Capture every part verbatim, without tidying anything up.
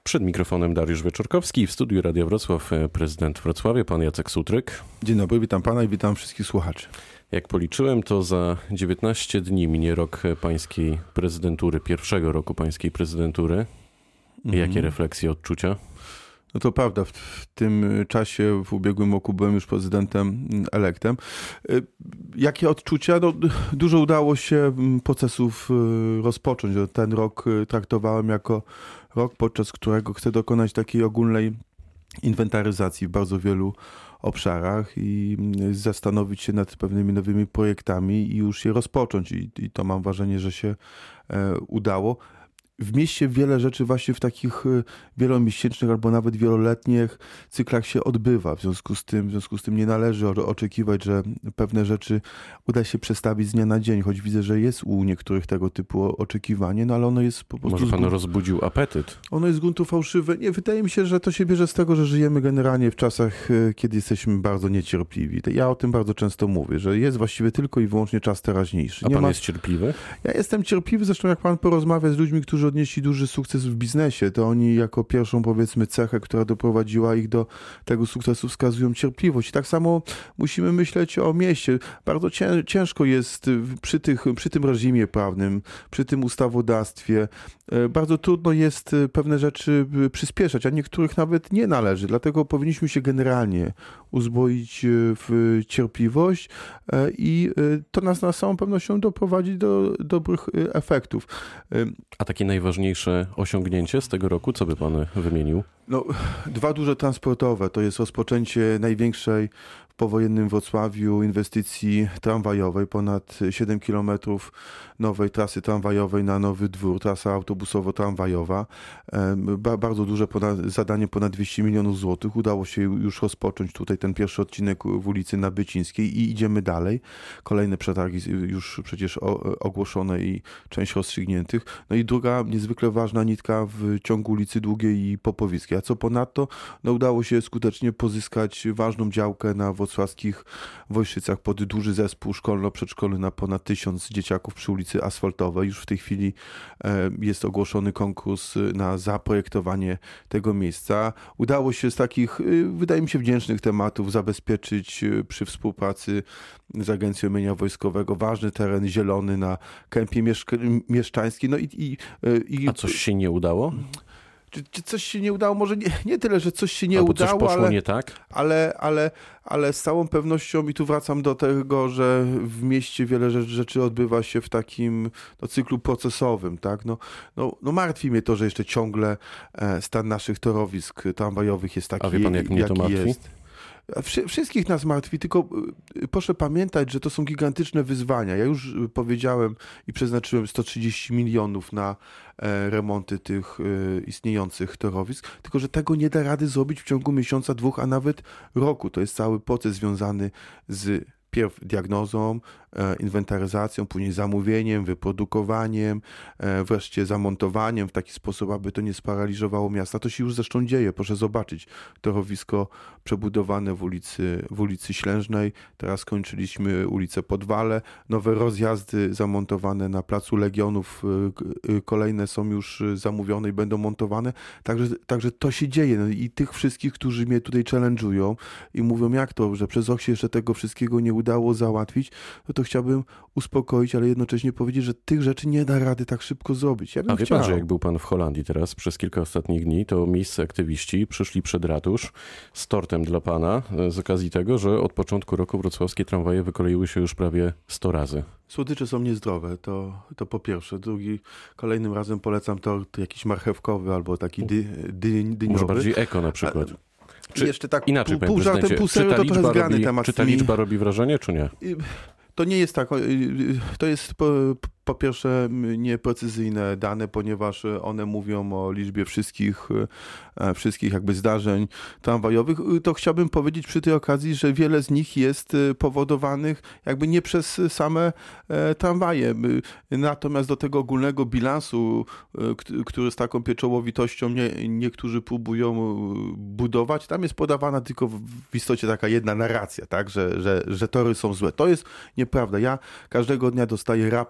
Przed mikrofonem Dariusz Wieczorkowski, w studiu Radia Wrocław prezydent Wrocławia, pan Jacek Sutryk. Dzień dobry, witam pana i witam wszystkich słuchaczy. Jak policzyłem, to za dziewiętnaście dni minie rok pańskiej prezydentury, pierwszego roku pańskiej prezydentury. Mhm. Jakie refleksje, odczucia? No to prawda, w, w tym czasie, w ubiegłym roku byłem już prezydentem elektem. Jakie odczucia? No, dużo udało się procesów rozpocząć. Ten rok traktowałem jako rok, podczas którego chcę dokonać takiej ogólnej inwentaryzacji w bardzo wielu obszarach i zastanowić się nad pewnymi nowymi projektami i już je rozpocząć. I, i to mam wrażenie, że się e, udało. W mieście wiele rzeczy właśnie w takich wielomiesięcznych albo nawet wieloletnich cyklach się odbywa. W związku z tym, w związku z tym nie należy oczekiwać, że pewne rzeczy uda się przestawić z dnia na dzień, choć widzę, że jest u niektórych tego typu oczekiwanie, no ale ono jest po prostu... Może pan rozbudził apetyt? Ono jest z gruntu fałszywe. Nie, wydaje mi się, że to się bierze z tego, że żyjemy generalnie w czasach, kiedy jesteśmy bardzo niecierpliwi. Ja o tym bardzo często mówię, że jest właściwie tylko i wyłącznie czas teraźniejszy. A nie pan ma... jest cierpliwy? Ja jestem cierpliwy, zresztą jak pan porozmawia z ludźmi, którzy odnieśli duży sukces w biznesie, to oni jako pierwszą, powiedzmy, cechę, która doprowadziła ich do tego sukcesu, wskazują cierpliwość. I tak samo musimy myśleć o mieście. Bardzo ciężko jest przy, tych, przy tym reżimie prawnym, przy tym ustawodawstwie, bardzo trudno jest pewne rzeczy przyspieszać, a niektórych nawet nie należy. Dlatego powinniśmy się generalnie uzbroić w cierpliwość i to nas na całą pewnością doprowadzi do dobrych efektów. A takie najważniejsze osiągnięcie z tego roku, co by pan wymienił? No, dwa duże transportowe. To jest rozpoczęcie największej w powojennym Wrocławiu inwestycji tramwajowej, ponad siedem kilometrów nowej trasy tramwajowej na Nowy Dwór, trasa autobusowo-tramwajowa. Ba- bardzo duże ponad, zadanie, ponad dwieście milionów złotych. Udało się już rozpocząć tutaj ten pierwszy odcinek w ulicy Nabycińskiej i idziemy dalej. Kolejne przetargi już przecież o, ogłoszone i część rozstrzygniętych. No i druga niezwykle ważna nitka w ciągu ulicy Długiej i Popowickiej. A co ponadto, no udało się skutecznie pozyskać ważną działkę na wrocławskich Wojszycach pod duży zespół szkolno-przedszkolny na ponad tysiąc dzieciaków przy ulicy Asfaltowej. Już w tej chwili jest ogłoszony konkurs na zaprojektowanie tego miejsca. Udało się z takich, wydaje mi się, wdzięcznych tematów zabezpieczyć przy współpracy z Agencją Mienia Wojskowego ważny teren zielony na kępie mieszka- mieszczańskiej. No i, i, i... A coś się nie udało? Czy, czy coś się nie udało? Może nie, nie tyle, że coś się nie Albo udało, coś poszło ale, nie tak? ale, ale, ale z całą pewnością, i tu wracam do tego, że w mieście wiele rzeczy odbywa się w takim no, cyklu procesowym. Tak? No, no, no martwi mnie to, że jeszcze ciągle stan naszych torowisk tramwajowych jest taki, A wie pan, jak mnie jaki to martwi? jest. Wszystkich nas martwi, tylko proszę pamiętać, że to są gigantyczne wyzwania. Ja już powiedziałem i przeznaczyłem sto trzydzieści milionów na remonty tych istniejących torowisk, tylko że tego nie da rady zrobić w ciągu miesiąca, dwóch, a nawet roku. To jest cały proces związany z pierw diagnozą, inwentaryzacją, później zamówieniem, wyprodukowaniem, wreszcie zamontowaniem w taki sposób, aby to nie sparaliżowało miasta. To się już zresztą dzieje. Proszę zobaczyć torowisko przebudowane w ulicy, w ulicy Ślężnej. Teraz skończyliśmy ulicę Podwale. Nowe rozjazdy zamontowane na Placu Legionów. Kolejne są już zamówione i będą montowane. Także, także to się dzieje. No i tych wszystkich, którzy mnie tutaj challenge'ują i mówią, jak to, że przez rok się jeszcze tego wszystkiego nie udało załatwić, no to chciałbym uspokoić, ale jednocześnie powiedzieć, że tych rzeczy nie da rady tak szybko zrobić. Ja bym A wie chciał. pan, że jak był pan w Holandii teraz przez kilka ostatnich dni, to miejscy aktywiści przyszli przed ratusz z tortem dla pana z okazji tego, że od początku roku wrocławskie tramwaje wykoleiły się już prawie sto razy. Słodycze są niezdrowe, to, to po pierwsze. Drugi, kolejnym razem polecam tort jakiś marchewkowy albo taki dy, dy, dyniowy. Może bardziej eko na przykład. A, Czy jeszcze tak inaczej, pół, pół żartem, pół serio, to trochę zgrany temat. Czy ta liczba robi wrażenie, czy nie? To nie jest tak, to jest po, po pierwsze nieprecyzyjne dane, ponieważ one mówią o liczbie wszystkich, wszystkich jakby zdarzeń tramwajowych. To chciałbym powiedzieć przy tej okazji, że wiele z nich jest powodowanych jakby nie przez same tramwaje. Natomiast do tego ogólnego bilansu, który z taką pieczołowitością nie, niektórzy próbują budować, tam jest podawana tylko w istocie taka jedna narracja, tak? że, że, że tory są złe. To jest nieprawda. Ja każdego dnia dostaję raport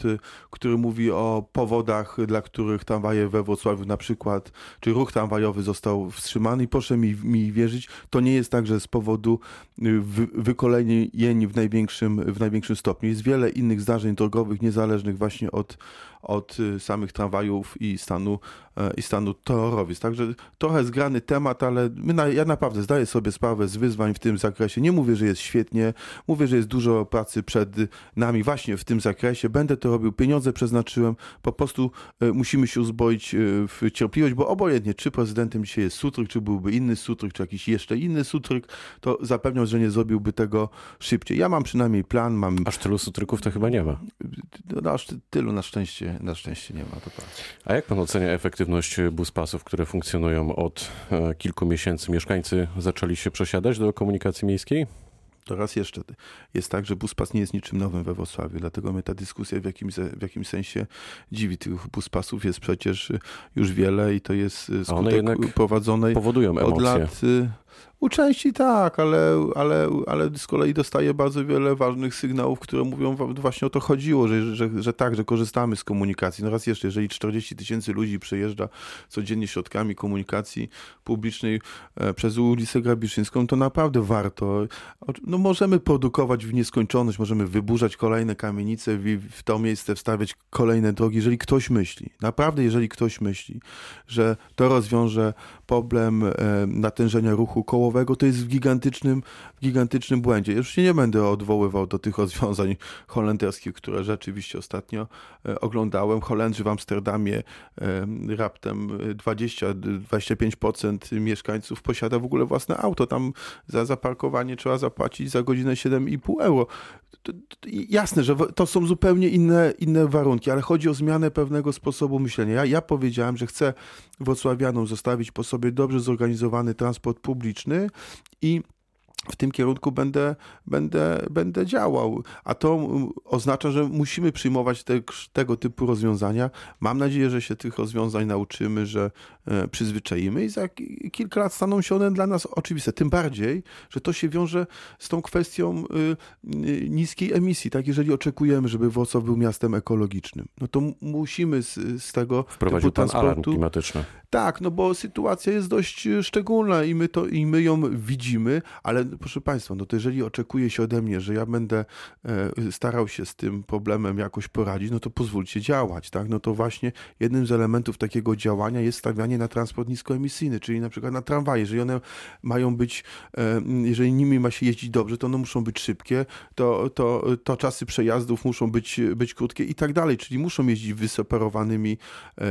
który, który mówi o powodach, dla których tramwaje we Wrocławiu na przykład, czy ruch tramwajowy został wstrzymany i proszę mi, mi wierzyć, to nie jest tak, że z powodu wy, wykolejeń w największym, w największym stopniu. Jest wiele innych zdarzeń drogowych, niezależnych właśnie od, od samych tramwajów i stanu, i stanu torowisk. Także trochę zgrany temat, ale my na, ja naprawdę zdaję sobie sprawę z wyzwań w tym zakresie. Nie mówię, że jest świetnie, mówię, że jest dużo pracy przed nami właśnie w tym zakresie. Będę to robił, pieniądze przeznaczyłem, po prostu musimy się uzbroić w cierpliwość, bo obojętnie, czy prezydentem dzisiaj jest Sutryk, czy byłby inny Sutryk, czy jakiś jeszcze inny Sutryk, to zapewniam, że nie zrobiłby tego szybciej. Ja mam przynajmniej plan, mam... Aż tylu Sutryków to chyba nie ma. No, aż tylu na szczęście, na szczęście nie ma, to prawda. A jak pan ocenia efektywność buspasów, które funkcjonują od kilku miesięcy? Mieszkańcy zaczęli się przesiadać do komunikacji miejskiej? To raz jeszcze jest tak, że buspas nie jest niczym nowym we Wrocławiu, dlatego mnie ta dyskusja w jakimś, w jakimś sensie dziwi. Tych buspasów jest przecież już wiele i to jest skutek prowadzonej powodują emocje. Od lat... U części tak, ale, ale, ale z kolei dostaję bardzo wiele ważnych sygnałów, które mówią, właśnie o to chodziło, że, że, że tak, że korzystamy z komunikacji. No raz jeszcze, jeżeli czterdzieści tysięcy ludzi przejeżdża codziennie środkami komunikacji publicznej przez ulicę Grabiszyńską, to naprawdę warto. No możemy produkować w nieskończoność, możemy wyburzać kolejne kamienice, w, w to miejsce wstawiać kolejne drogi. Jeżeli ktoś myśli, naprawdę jeżeli ktoś myśli, że to rozwiąże problem e, natężenia ruchu kołowego, to jest w gigantycznym, w gigantycznym błędzie. Już się nie będę odwoływał do tych rozwiązań holenderskich, które rzeczywiście ostatnio e, oglądałem. Holendrzy w Amsterdamie e, raptem dwadzieścia do dwudziestu pięciu procent mieszkańców posiada w ogóle własne auto. Tam za zaparkowanie trzeba zapłacić za godzinę siedem i pół euro. To, to, jasne, że to są zupełnie inne, inne warunki, ale chodzi o zmianę pewnego sposobu myślenia. Ja, ja powiedziałem, że chcę wrocławianom zostawić po sobie dobrze zorganizowany transport publiczny i w tym kierunku będę, będę, będę działał. A to oznacza, że musimy przyjmować te, tego typu rozwiązania. Mam nadzieję, że się tych rozwiązań nauczymy, że e, przyzwyczaimy i za kilka lat staną się one dla nas oczywiste. Tym bardziej, że to się wiąże z tą kwestią y, y, niskiej emisji. Tak? Jeżeli oczekujemy, żeby Wrocław był miastem ekologicznym, no to musimy z, z tego wprowadził pan alarm klimatyczny. Tak, no bo sytuacja jest dość szczególna i my, to, i my ją widzimy, ale proszę Państwa, no to jeżeli oczekuje się ode mnie, że ja będę e, starał się z tym problemem jakoś poradzić, no to pozwólcie działać, tak? No to właśnie jednym z elementów takiego działania jest stawianie na transport niskoemisyjny, czyli na przykład na tramwaje. Jeżeli one mają być, e, jeżeli nimi ma się jeździć dobrze, to one muszą być szybkie, to, to, to czasy przejazdów muszą być, być krótkie i tak dalej, czyli muszą jeździć wysoperowanymi e,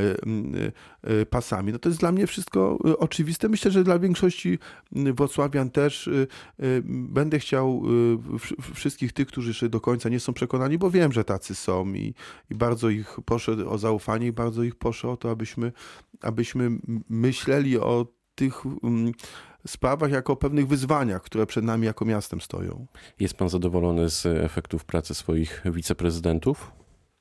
e, pasami. No to jest dla mnie wszystko oczywiste. Myślę, że dla większości wrocławian też będę chciał wszystkich tych, którzy jeszcze do końca nie są przekonani, bo wiem, że tacy są i, i bardzo ich proszę o zaufanie i bardzo ich proszę o to, abyśmy, abyśmy myśleli o tych sprawach jako o pewnych wyzwaniach, które przed nami jako miastem stoją. Jest pan zadowolony z efektów pracy swoich wiceprezydentów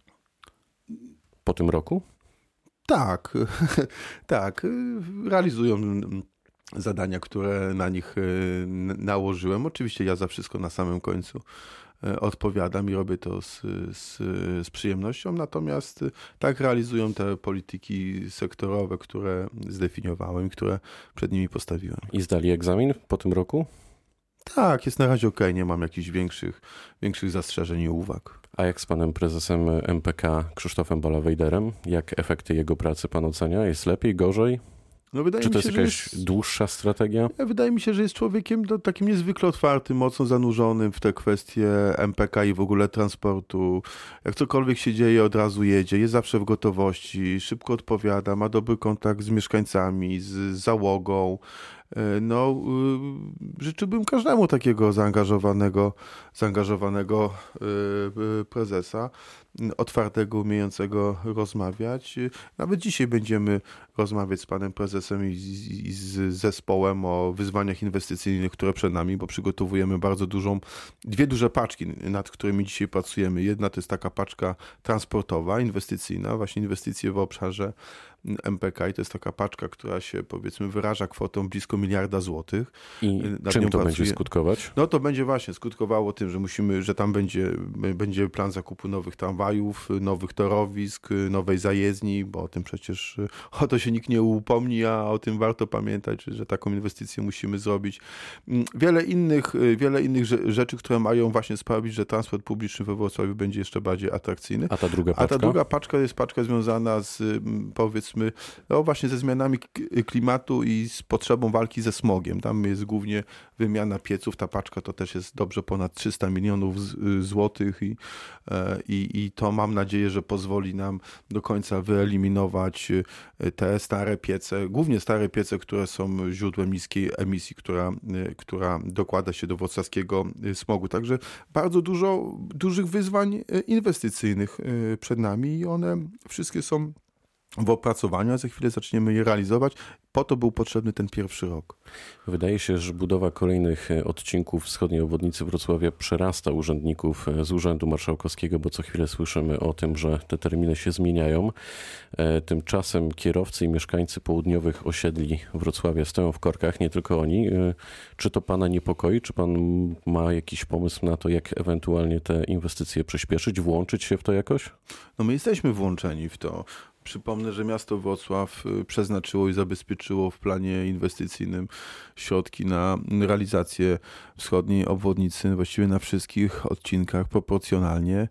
po tym roku? Tak, tak. Realizują zadania, które na nich nałożyłem. Oczywiście ja za wszystko na samym końcu odpowiadam i robię to z, z, z przyjemnością, natomiast tak realizują te polityki sektorowe, które zdefiniowałem, które przed nimi postawiłem. I zdali egzamin po tym roku? Tak, jest na razie okej, nie mam jakichś większych, większych zastrzeżeń i uwag. A jak z panem prezesem M P K Krzysztofem Ballawejderem? Jak efekty jego pracy pan ocenia? Jest lepiej, gorzej? No wydaje Czy to mi się, jest jakaś jest, dłuższa strategia? Wydaje mi się, że jest człowiekiem no, takim niezwykle otwartym, mocno zanurzonym w te kwestie M P K i w ogóle transportu. Jak cokolwiek się dzieje, od razu jedzie, jest zawsze w gotowości, szybko odpowiada, ma dobry kontakt z mieszkańcami, z załogą. No, życzyłbym każdemu takiego zaangażowanego, zaangażowanego prezesa, otwartego, umiejącego rozmawiać. Nawet dzisiaj będziemy rozmawiać z panem prezesem i z, i z zespołem o wyzwaniach inwestycyjnych, które przed nami, bo przygotowujemy bardzo dużą, dwie duże paczki, nad którymi dzisiaj pracujemy. Jedna to jest taka paczka transportowa, inwestycyjna, właśnie inwestycje w obszarze M P K i to jest taka paczka, która się powiedzmy wyraża kwotą blisko miliarda złotych. I Nad czym nią to pracuje. będzie skutkować? No to będzie właśnie skutkowało tym, że musimy, że tam będzie, będzie plan zakupu nowych tramwajów, nowych torowisk, nowej zajezdni, bo o tym przecież o to się nikt nie upomni, a o tym warto pamiętać, że taką inwestycję musimy zrobić. Wiele innych, wiele innych rzeczy, które mają właśnie sprawić, że transport publiczny we Wrocławiu będzie jeszcze bardziej atrakcyjny. A ta druga paczka? A ta druga paczka jest paczka związana z, powiedzmy, no właśnie ze zmianami klimatu i z potrzebą walki ze smogiem. Tam jest głównie wymiana pieców. Ta paczka to też jest dobrze ponad trzysta milionów złotych i, i, i to mam nadzieję, że pozwoli nam do końca wyeliminować te stare piece, głównie stare piece, które są źródłem niskiej emisji, która, która dokłada się do wrocławskiego smogu. Także bardzo dużo dużych wyzwań inwestycyjnych przed nami i one wszystkie są w opracowaniu, a za chwilę zaczniemy je realizować. Po to był potrzebny ten pierwszy rok. Wydaje się, że budowa kolejnych odcinków wschodniej obwodnicy Wrocławia przerasta urzędników z Urzędu Marszałkowskiego, bo co chwilę słyszymy o tym, że te terminy się zmieniają. Tymczasem kierowcy i mieszkańcy południowych osiedli Wrocławia stoją w korkach, nie tylko oni. Czy to pana niepokoi? Czy pan ma jakiś pomysł na to, jak ewentualnie te inwestycje przyspieszyć, włączyć się w to jakoś? No my jesteśmy włączeni w to. Przypomnę, że miasto Wrocław przeznaczyło i zabezpieczyło w planie inwestycyjnym środki na realizację wschodniej obwodnicy, właściwie na wszystkich odcinkach proporcjonalnie.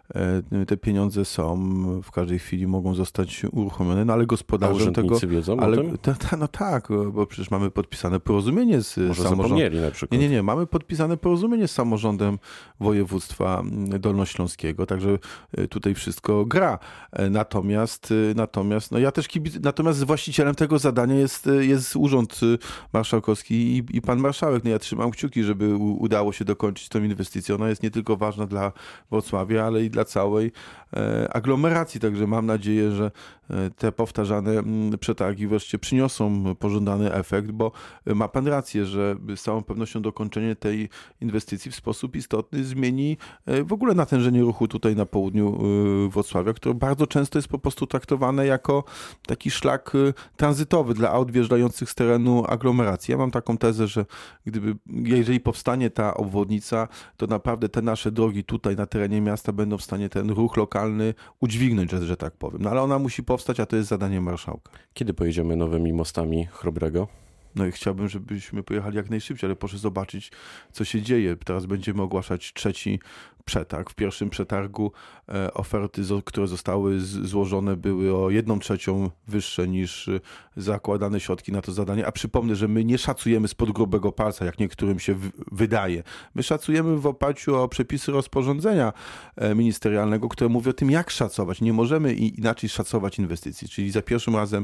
Te pieniądze są, w każdej chwili mogą zostać uruchomione, no ale gospodarzem tego... urzędnicy wiedzą ale, o tym? Ta, ta, no tak, bo przecież mamy podpisane porozumienie z Może samorządem. zapomnieli na przykład. Nie, nie, nie, mamy podpisane porozumienie z samorządem województwa dolnośląskiego, także tutaj wszystko gra. Natomiast, natomiast no ja też kibic, natomiast właścicielem tego zadania jest, jest Urząd Marszałkowski i, i pan marszałek. No ja trzymam kciuki, żeby u, udało się dokończyć tę inwestycję. Ona jest nie tylko ważna dla Wrocławia, ale i dla całej aglomeracji, także mam nadzieję, że te powtarzane przetargi wreszcie przyniosą pożądany efekt, bo ma pan rację, że z całą pewnością dokończenie tej inwestycji w sposób istotny zmieni w ogóle natężenie ruchu tutaj na południu Wrocławia, które bardzo często jest po prostu traktowane jako taki szlak tranzytowy dla aut wjeżdżających z terenu aglomeracji. Ja mam taką tezę, że gdyby, jeżeli powstanie ta obwodnica, to naprawdę te nasze drogi tutaj na terenie miasta będą w stanie ten ruch lokalny udźwignąć, że, że tak powiem. No ale ona musi powstać, a to jest zadanie marszałka. Kiedy pojedziemy nowymi mostami Chrobrego? No i chciałbym, żebyśmy pojechali jak najszybciej, ale proszę zobaczyć, co się dzieje. Teraz będziemy ogłaszać trzeci przetarg. W pierwszym przetargu e, oferty, zo, które zostały z, złożone, były o jedną trzecią wyższe niż zakładane środki na to zadanie. A przypomnę, że my nie szacujemy spod grubego palca, jak niektórym się w, wydaje. My szacujemy w oparciu o przepisy rozporządzenia e, ministerialnego, które mówi o tym, jak szacować. Nie możemy i, inaczej szacować inwestycji. Czyli za pierwszym razem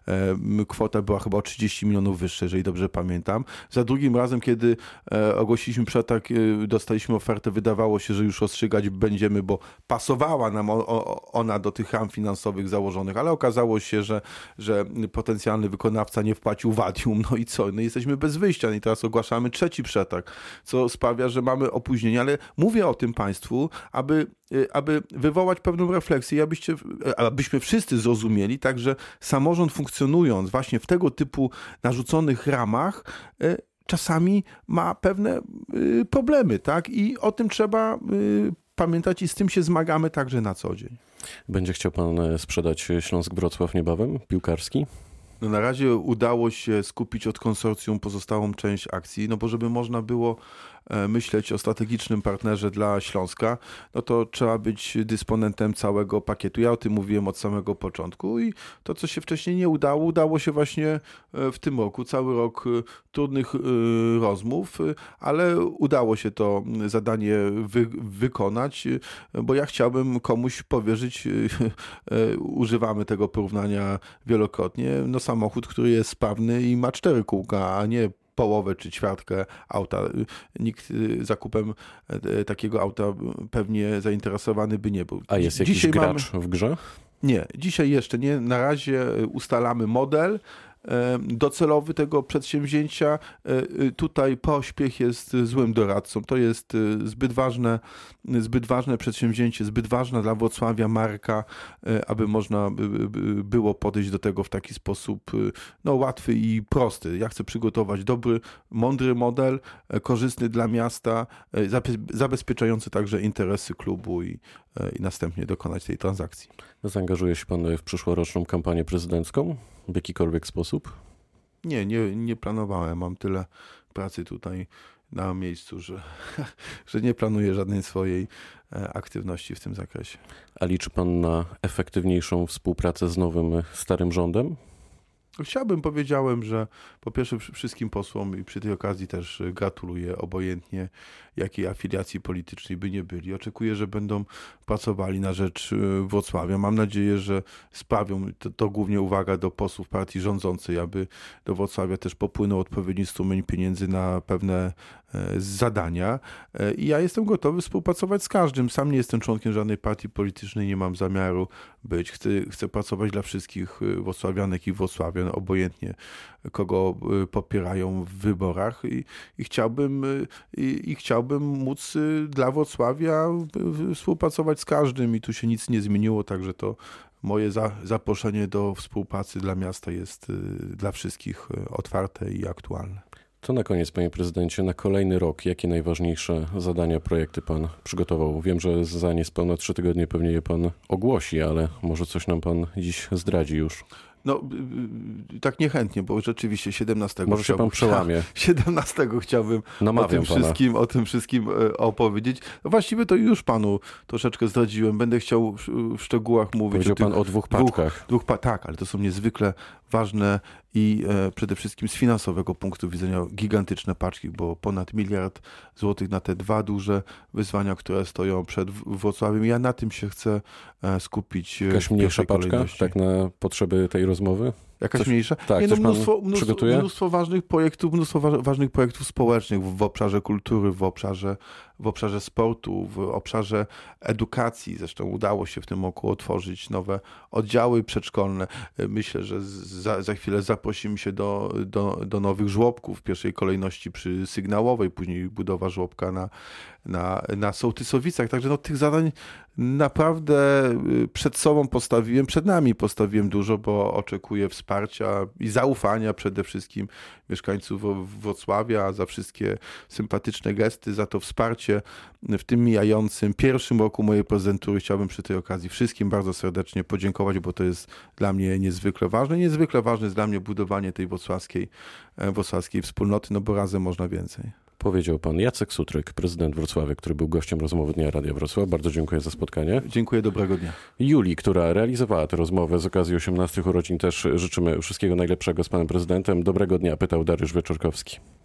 e, kwota była chyba o trzydzieści milionów wyższa, jeżeli dobrze pamiętam. Za drugim razem, kiedy e, ogłosiliśmy przetarg, e, dostaliśmy ofertę, wydawało się, że już rozstrzygać będziemy, bo pasowała nam o, o, ona do tych ram finansowych założonych, ale okazało się, że, że potencjalny wykonawca nie wpłacił wadium, no i co? No jesteśmy bez wyjścia i teraz ogłaszamy trzeci przetarg, co sprawia, że mamy opóźnienie, ale mówię o tym państwu, aby aby wywołać pewną refleksję, abyście, abyśmy wszyscy zrozumieli, także samorząd funkcjonując właśnie w tego typu narzuconych ramach, czasami ma pewne problemy, tak? I o tym trzeba pamiętać i z tym się zmagamy także na co dzień. Będzie chciał pan sprzedać Śląsk-Wrocław niebawem, piłkarski? No na razie udało się skupić od konsorcjum pozostałą część akcji, no bo żeby można było myśleć o strategicznym partnerze dla Śląska, no to trzeba być dysponentem całego pakietu. Ja o tym mówiłem od samego początku i to, co się wcześniej nie udało, udało się właśnie w tym roku. Cały rok trudnych rozmów, ale udało się to zadanie wy- wykonać, bo ja chciałbym komuś powierzyć, używamy tego porównania wielokrotnie, no samochód, który jest sprawny i ma cztery kółka, a nie połowę czy ćwiartkę auta. Nikt zakupem takiego auta pewnie zainteresowany by nie był. A jest jakiś Dzisiaj gracz mamy... w grze? Nie, dzisiaj jeszcze nie. Na razie ustalamy model docelowy tego przedsięwzięcia. Tutaj pośpiech jest złym doradcą. To jest zbyt ważne, zbyt ważne przedsięwzięcie, zbyt ważna dla Wrocławia marka, aby można było podejść do tego w taki sposób no, łatwy i prosty. Ja chcę przygotować dobry, mądry model, korzystny dla miasta, zabezpieczający także interesy klubu i, i następnie dokonać tej transakcji. Zaangażuje się pan w przyszłoroczną kampanię prezydencką w jakikolwiek sposób? Nie, nie, nie planowałem. Mam tyle pracy tutaj na miejscu, że, że nie planuję żadnej swojej aktywności w tym zakresie. A liczy pan na efektywniejszą współpracę z nowym, starym rządem? Chciałbym, powiedziałem, że po pierwsze wszystkim posłom i przy tej okazji też gratuluję, obojętnie jakiej afiliacji politycznej by nie byli. Oczekuję, że będą pracowali na rzecz Wrocławia. Mam nadzieję, że sprawią, to, to głównie uwaga do posłów partii rządzącej, aby do Wrocławia też popłynął odpowiedni strumień pieniędzy na pewne zadania. I ja jestem gotowy współpracować z każdym. Sam nie jestem członkiem żadnej partii politycznej, nie mam zamiaru być. Chcę, chcę pracować dla wszystkich wrocławianek i wrocławian, obojętnie kogo popierają w wyborach i, i, chciałbym, i, i chciałbym móc dla Wrocławia współpracować z każdym i tu się nic nie zmieniło, także to moje za, zaproszenie do współpracy dla miasta jest dla wszystkich otwarte i aktualne. To na koniec, panie prezydencie, na kolejny rok, jakie najważniejsze zadania, projekty pan przygotował? Wiem, że za niespełna trzy tygodnie pewnie je pan ogłosi, ale może coś nam pan dziś zdradzi już. No, tak niechętnie, bo rzeczywiście siedemnastego Może się pan przełamie. siedemnastego chciałbym o tym, wszystkim, o tym wszystkim opowiedzieć. No właściwie to już panu troszeczkę zdradziłem. Będę chciał w szczegółach mówić. Powiedział o tych pan o dwóch paczkach. Dwóch, dwóch pa- tak, ale to są niezwykle ważne i e, przede wszystkim z finansowego punktu widzenia gigantyczne paczki, bo ponad miliard złotych na te dwa duże wyzwania, które stoją przed Wrocławiem. Ja na tym się chcę e, skupić. Jakaś mniejsza paczka, tak na potrzeby tej rozmowy? Jakaś coś, mniejsza? Tak, Nie, no, mnóstwo, mnóstwo, mnóstwo, mnóstwo ważnych projektów, mnóstwo wa- ważnych projektów społecznych w, w obszarze kultury, w obszarze, w obszarze sportu, w obszarze edukacji. Zresztą udało się w tym roku otworzyć nowe oddziały przedszkolne. Myślę, że za, za chwilę zaprosimy się do, do, do nowych żłobków, w pierwszej kolejności przy Sygnałowej, później budowa żłobka na, na, na Sołtysowicach. Także no, tych zadań naprawdę przed sobą postawiłem, przed nami postawiłem dużo, bo oczekuję wsparcia i zaufania przede wszystkim mieszkańców Wrocławia za wszystkie sympatyczne gesty, za to wsparcie w tym mijającym pierwszym roku mojej prezydentury. Chciałbym przy tej okazji wszystkim bardzo serdecznie podziękować, bo to jest dla mnie niezwykle ważne. Niezwykle ważne jest dla mnie budowanie tej wrocławskiej, wrocławskiej wspólnoty, no bo razem można więcej. Powiedział pan Jacek Sutryk, prezydent Wrocławia, który był gościem rozmowy Dnia Radia Wrocław. Bardzo dziękuję za spotkanie. Dziękuję, dobrego dnia. Julii, która realizowała tę rozmowę z okazji osiemnastych urodzin, też życzymy wszystkiego najlepszego z panem prezydentem. Dobrego dnia, pytał Dariusz Wieczorkowski.